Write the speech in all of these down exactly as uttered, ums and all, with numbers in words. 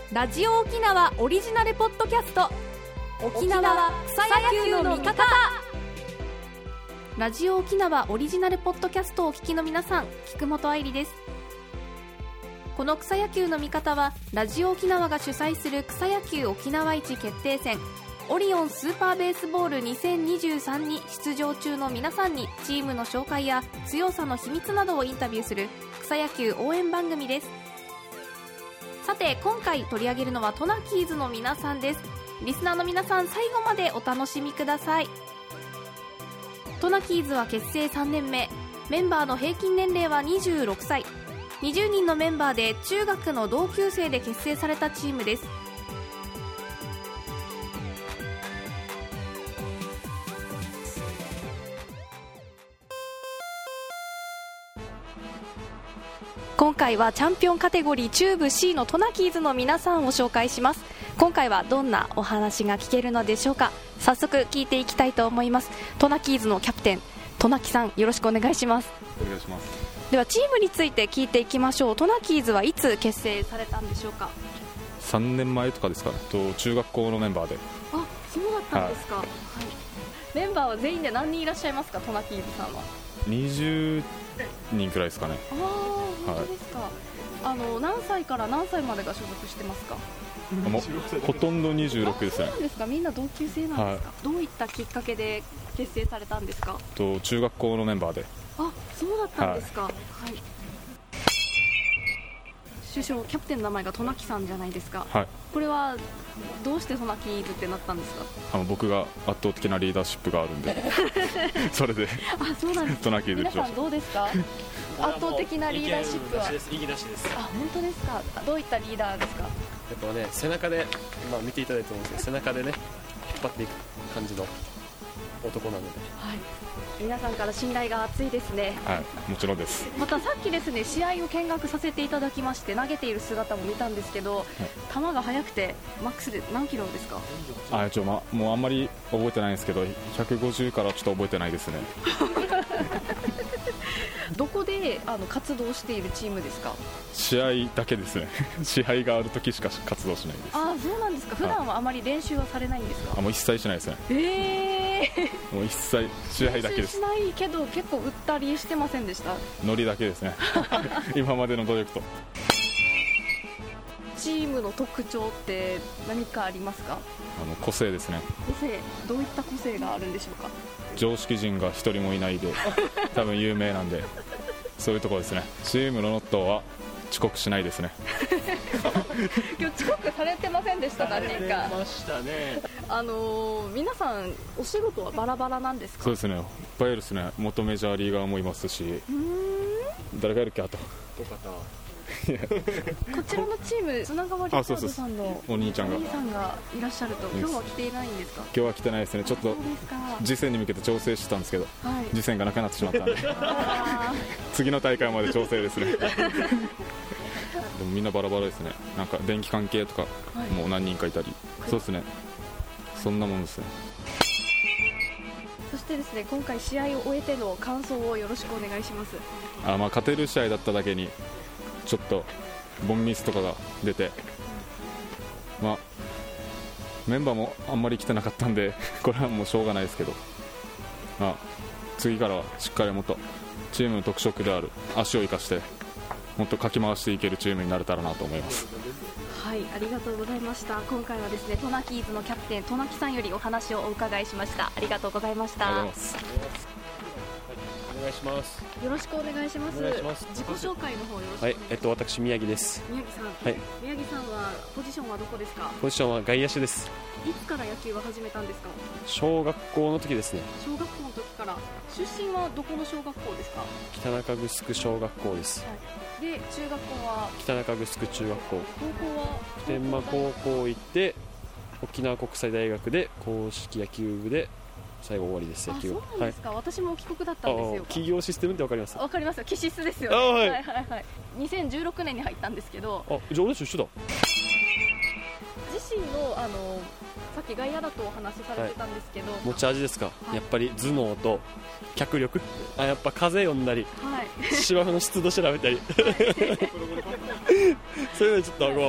ラジオ沖縄オリジナルポッドキャスト、沖縄草野球の味方。ラジオ沖縄オリジナルポッドキャストをお聞きの皆さん、菊本愛理です。この草野球の味方はラジオ沖縄が主催する草野球沖縄一決定戦オリオンスーパーベースボールにせんにじゅうさんに出場中の皆さんにチームの紹介や強さの秘密などをインタビューする草野球応援番組です。さて今回取り上げるのはトナキーズの皆さんです。リスナーの皆さん、最後までお楽しみください。トナキーズは結成さんねんめ、メンバーの平均年齢はにじゅうろくさい、にじゅうにんのメンバーで中学の同級生で結成されたチームです。今回はチャンピオンカテゴリー中部 シー のトナキーズの皆さんを紹介します。今回はどんなお話が聞けるのでしょうか。早速聞いていきたいと思います。トナキーズのキャプテントナキさん、よろしくお願いします。 お願いします。 ではチームについて聞いていきましょう。トナキーズはいつ結成されたんでしょうか。 さんねんまえとかですかね。と中学校のメンバーで。 あ、そうだったんですか。はいはい、メンバーは全員で何人いらっしゃいますか。トナキーズさんはにじゅうにんくらいですかね。 ああ、本当ですか。はい、あの何歳から何歳までが所属してますか。 もうほとんどにじゅうろくですね。 そうなんですか。みんな同級生なんですか。はい、どういったきっかけで結成されたんですか。 と中学校のメンバーで。 あ、そうだったんですか。はい、はい、主将キャプテンの名前がトナキさんじゃないですか。はい、これはどうしてトナキーズってなったんですか。 あの僕が圧倒的なリーダーシップがあるんでそれであ、そうなんです。 トナキーズにしました。 皆さんどうですか。圧倒的なリーダーシップは。 意義なしです。 あ、本当ですか。どういったリーダーですか。 やっぱね、背中で、まあ、見ていただいてと思うんですけど、背中でね引っ張っていく感じの男なので、 はい、皆さんから信頼が厚いですね。 はい、もちろんです。 またさっきですね、試合を見学させていただきまして、投げている姿も見たんですけど、はい、球が速くてマックスで何キロですか。 あ、ちょ、ま、もうあんまり覚えてないんですけど、ひゃくごじゅうからちょっと覚えてないですねどこであの活動しているチームですか。 試合だけですね試合があるときしか活動しないです。 あ、そうなんですか。普段はあまり練習はされないんですか。 あ、もう一切しないですね。 えー、 もう一切試合だけです。 練習しないけど結構打ったりしてませんでした。 ノリだけですね今までの努力と。 チームの特徴って何かありますか。 あの個性ですね。 個性、どういった個性があるんでしょうか。 常識人が一人もいないで多分有名なんでそういうところですね。チームのモットーは遅刻しないですね今日遅刻されてませんでした。何人かましたね。 あのー、皆さんお仕事はバラバラなんですか。 そうですね、いっぱいいるですね。元メジャーリーガーもいますし、うーん、誰がいるっけ。あとこちらのチーム、砂川リチャードさんのお兄ちゃんがお兄さんがいらっしゃると。今日は来ていないんですか。 今日は来てないですね。ちょっと次戦に向けて調整してたんですけど、はい、次戦がなくなってしまったんで次の大会まで調整ですねでもみんなバラバラですね。なんか電気関係とかもう何人かいたり、はい、そうですね、そんなもんですね。 そしてですね、今回試合を終えての感想をよろしくお願いします。 あ、まあ、勝てる試合だっただけにちょっとボンミスとかが出て、まあ、メンバーもあんまり来てなかったんでこれはもうしょうがないですけど、まあ、次からはしっかりもっとチームの特色である足を生かしてもっとかき回していけるチームになれたらなと思います。 はい、ありがとうございました。今回はですね、トナキーズのキャプテントナキさんよりお話をお伺いしました。ありがとうございました。 ありがとうございます。 お願いします。 よろしくお願いします。 お願いします。 自己紹介の方よろしくお願いします。 はい、えっと私宮城です。 宮城さん、 はい、 宮城さんはポジションはどこですか。 ポジションは外野手です。 いつから野球を始めたんですか。 小学校の時ですね。 小学校の時から。出身はどこの小学校ですか。 北中城小学校です。 はい、で中学校は北中城中学校。 高校は普天間高校行って沖縄国際大学で硬式野球部で最後終わりです。野球は。 あ、そうなんですか。はい、私も帰国だったんですよ。 企業システムってわかります。 わかりますよ。キシスですよね。 あ、はい、 はいはいはい。にせんじゅうろくねんに入ったんですけど。 あ、じゃあ俺と一緒だ。 自身のあのさっき外野だとお話しされてたんですけど、はい、 持ち味ですか。はい、やっぱり頭脳と脚力。あ、やっぱ風読んだり、はい、芝生の湿度調べたり、はい、そういうのちょっとこう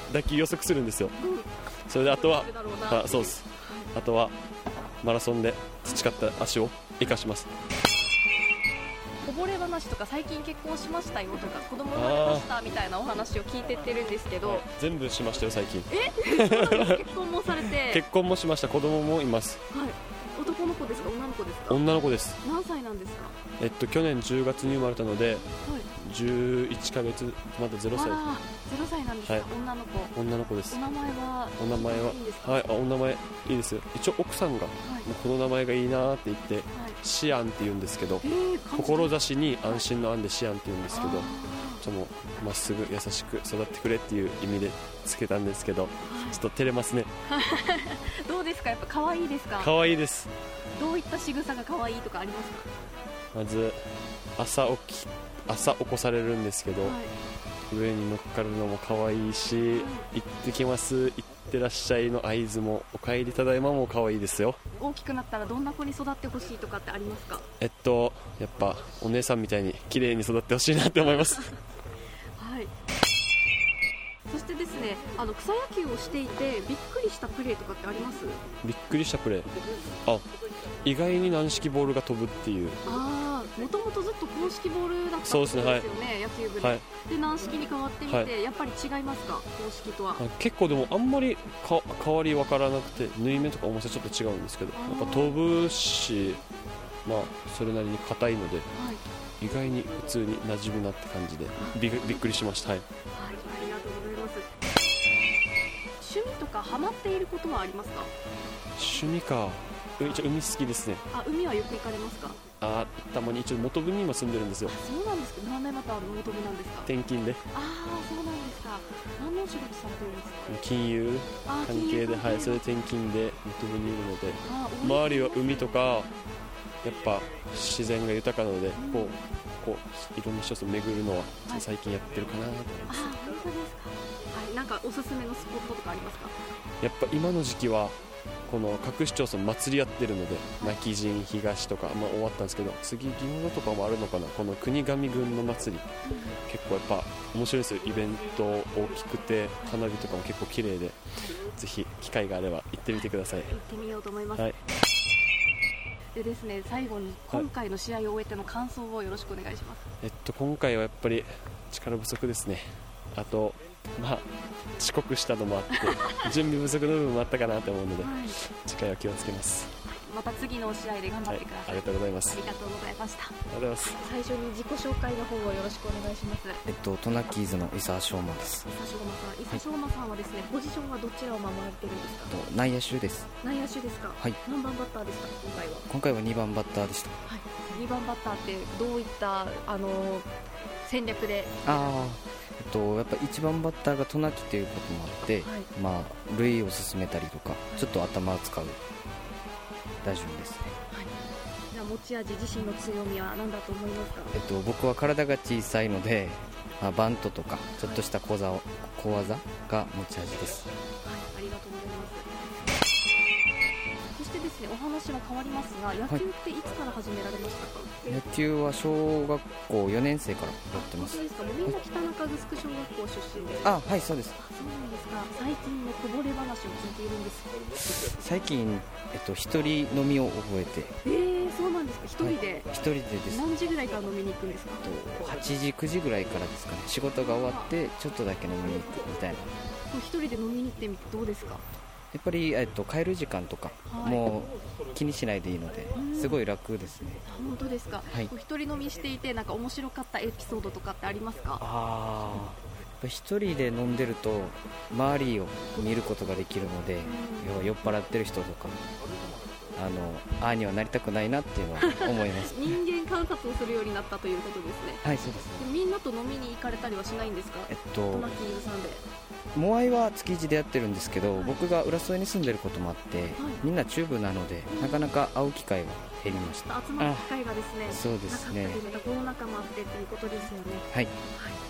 打球予測するんですよ。 うん、 それであとはどうなるだろうなっていうあそうですあとはマラソンで培った足を生かします。 こぼれ話とか最近結婚しましたよとか子供生まれましたみたいなお話を聞いてってるんですけど、 全部しましたよ最近。 結婚もされて、 結婚もしました。子供もいます。 はい、男の子ですか女の子ですか？ 女の子です。 何歳なんですか？ えっと去年じゅうがつに生まれたのではい、 じゅういっかげつ、まだゼロさい。 あらゼロさいなんですか、 はい女の子。 女の子ですお。名前はお名前はいいんですか？ はい、あお名前いいですよ。一応奥さんがもはい、 うこの名前がいいなって言ってはい、 シアンって言うんですけど、 えー、漢字志に安心の安でシアンって言うんですけど、 あちょっともうまっすぐ優しく育ってくれっていう意味でつけたんですけど、 ーはいちょっと照れますね。 どうですか、やっぱ可愛いですか？ 可愛いです。 どういった仕草が可愛いとかありますか？ まず朝起き朝起こされるんですけど、 はい、 上に乗っかるのも可愛いし、行ってきます、行ってらっしゃいの合図も、お帰りただいまも可愛いですよ。 大きくなったらどんな子に育ってほしいとかってありますか？ えっとやっぱお姉さんみたいに綺麗に育ってほしいなって思いますはい。そしてですね、あの草野球をしていてびっくりしたプレーとかってあります？ びっくりしたプレー、あ意外に軟式ボールが飛ぶっていう。 ああ、もともとずっと公式ボールだったんですよね、 そうですね、はい野球部で、 はいで軟式に変わってみて、 はいやっぱり違いますか、公式とは？ あ結構でもあんまりか変わり分からなくて、縫い目とか重さちょっと違うんですけど、 あーやっぱ飛ぶし、まあそれなりに硬いのではい、 意外に普通に馴染むなって感じでびびっくりしました。はい、 はい、ありがとうございます。趣味とかハマっていることはありますか？ 趣味か、う一応海好きですね。 あ、海はよく行かれますか？ あたまに一応元部に今住んでるんですよ。 そうなんですか。何年また元部なんですか？ 転勤でああ、そうなんですか。何のお仕事されてるんですか？ 金融あー関係で、 金融関係はい、それで転勤で元部にいるので、 あー周りは海とかやっぱ自然が豊かなので、こうこういろんな施設を巡るのははい最近やってるかなと思いあます。 ー、本当ですか。はい、なんかおすすめのスポットとかありますか？ やっぱ今の時期はこの各市町村祭りやってるので、 はい泣き陣東とか、まあ、終わったんですけど、次銀座とかもあるのかな、この国神郡の祭り結構やっぱ面白いですよ。イベント大きくて花火とかも結構綺麗で、ぜひ機会があれば行ってみてください。 行ってみようと思います。 はい、 でですね、最後に今回の試合を終えての感想をよろしくお願いします。 えっと今回はやっぱり力不足ですね。あとまあ遅刻したのもあって準備不足の部分もあったかなと思うので、 はい、 次回は気をつけます。 また次の試合で頑張はいってくだ、さい。 ありがとうございます。 ありがとうございました。 ありがとうございます。 最初に自己紹介の方をよろしくお願いします。 えっと、トナキーズの伊佐翔馬です。 伊佐翔馬さん、伊佐翔馬さんはですね、ポジションはどちらを守られてるんですか？ えっと内野手です。 内野手ですか？ はい。 何番バッターですか、今回は？ 今回はにばんバッターでした。 はい。にばんバッターってどういったあの戦略で？ ああ、えっとやっぱいちばんバッターがトナキということもあって、 はい。 まあ塁を進めたりとか、ちょっと頭を使う打順ですね。 はい。じゃあ持ち味、自身の強みは何だと思いますか？ えっと僕は体が小さいので、まあ、バントとかちょっとした小技を小技が持ち味です。 はい、ありがとうございます。そしてですね、お話は変わりますが、野球っていつから始められましたか？ 野球は小学校よねん生からやってます。 本当ですか？もうみんな北中城小学校出身です。 あ、はい、そうです。 あ、そうなんですか。最近のこぼれ話を聞いているんです。 最近えっと一人飲みを覚えて、 えー、そうなんですか。一人で、 一人でです。 何時ぐらいから飲みに行くんですか？ はちじくじぐらいからですかね。仕事が終わってちょっとだけ飲みに行くみたいな。 もう一人で飲みに行ってみてどうですか？ やっぱり、えっと、帰る時間とか、 はい、 もう気にしないでいいのでうんすごい楽ですね。 本当ですか？ はい。 お一人飲みしていてなんか面白かったエピソードとかってありますか？ ああ、一人で飲んでると周りを見ることができるので、要は酔っ払ってる人とか、あのああにはなりたくないなっていうのは思います人間観察をするようになったということですね。 はい、そうですね。 でみんなと飲みに行かれたりはしないんですか？ えっとトマキーズさんで。 モアイは築地でやってるんですけど、僕が浦添に住んでることもあって、みんな中部なのでなかなか会う機会は減りました。 集まる機会がですね、 そうですねなかったり、またコロナ禍もあってということですよね。 はい。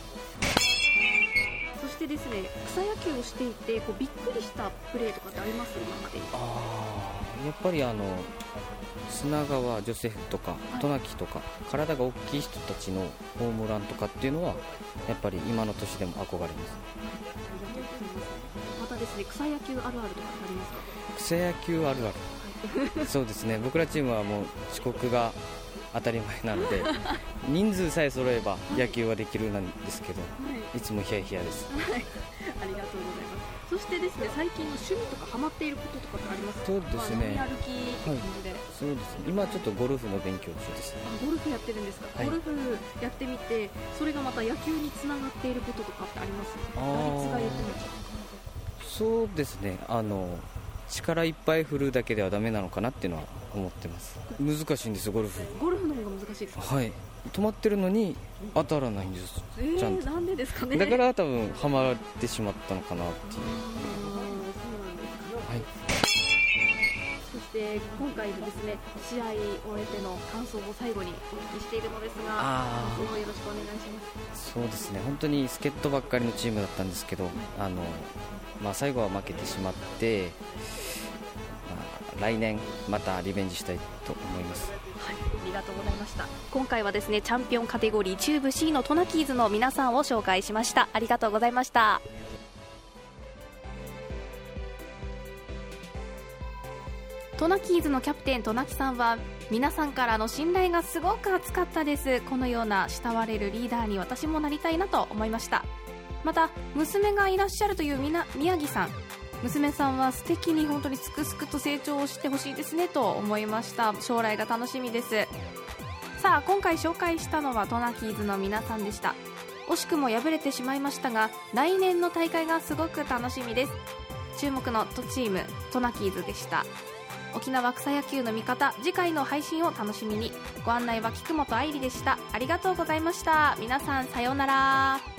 そしてですね、草野球をしていてこうびっくりしたプレーとかってあります？今までに。 あー、やっぱりあの砂川ジョセフとか渡名喜とか体が大きい人たちのホームランとかっていうのはやっぱり今の年でも憧れます。 ありがとうございます。 ね、草野球あるあるとかってありますか？ 草野球あるあるそうですね、僕らチームはもう遅刻が当たり前なので人数さえ揃えば野球はできるなんですけど、はい、いつもヒヤヒヤです、 はい、ありがとうございます。そしてですね、最近の趣味とかハマっていることとかってありますか？ そうですね、 まあ、飲み歩きって感じで、はい、 そうですね、今ちょっとゴルフの勉強中です。 あ、ゴルフやってるんですか？はい、ゴルフやってみてそれがまた野球につながっていることとかってあります？打率が良くなっちゃう。 そうですね、あの力いっぱい振るだけではダメなのかなっていうのは思ってます。難しいんですよ、ゴルフ。 ゴルフの方が難しいですか？はい、 止まってるのに当たらないんです、 えー、 ちゃんと。 なんでですかね。 だから多分ハマってしまったのかなっていう。はい、 そして今回のですね、試合を終えての感想を最後にお聞きしているのですが、感想をよろしくお願いします。 そうですね、本当に助っ人ばっかりのチームだったんですけど、あの、まあ、最後は負けてしまって、まあ、来年またリベンジしたいと思います。 はい、ありがとうございました。今回はですね、チャンピオンカテゴリー中部 C のトナキーズの皆さんを紹介しました。ありがとうございました。トナキーズのキャプテントナキさんは皆さんからの信頼がすごく厚かったです。このような慕われるリーダーに私もなりたいなと思いました。また娘がいらっしゃるというみな宮城さん、娘さんは素敵に本当にすくすくと成長してほしいですねと思いました。将来が楽しみです。さあ、今回紹介したのはトナキーズの皆さんでした。惜しくも敗れてしまいましたが、来年の大会がすごく楽しみです。注目のチームトナキーズでした。沖縄草野球の味方、次回の配信を楽しみに。ご案内は菊本愛理でした。ありがとうございました。皆さんさようなら。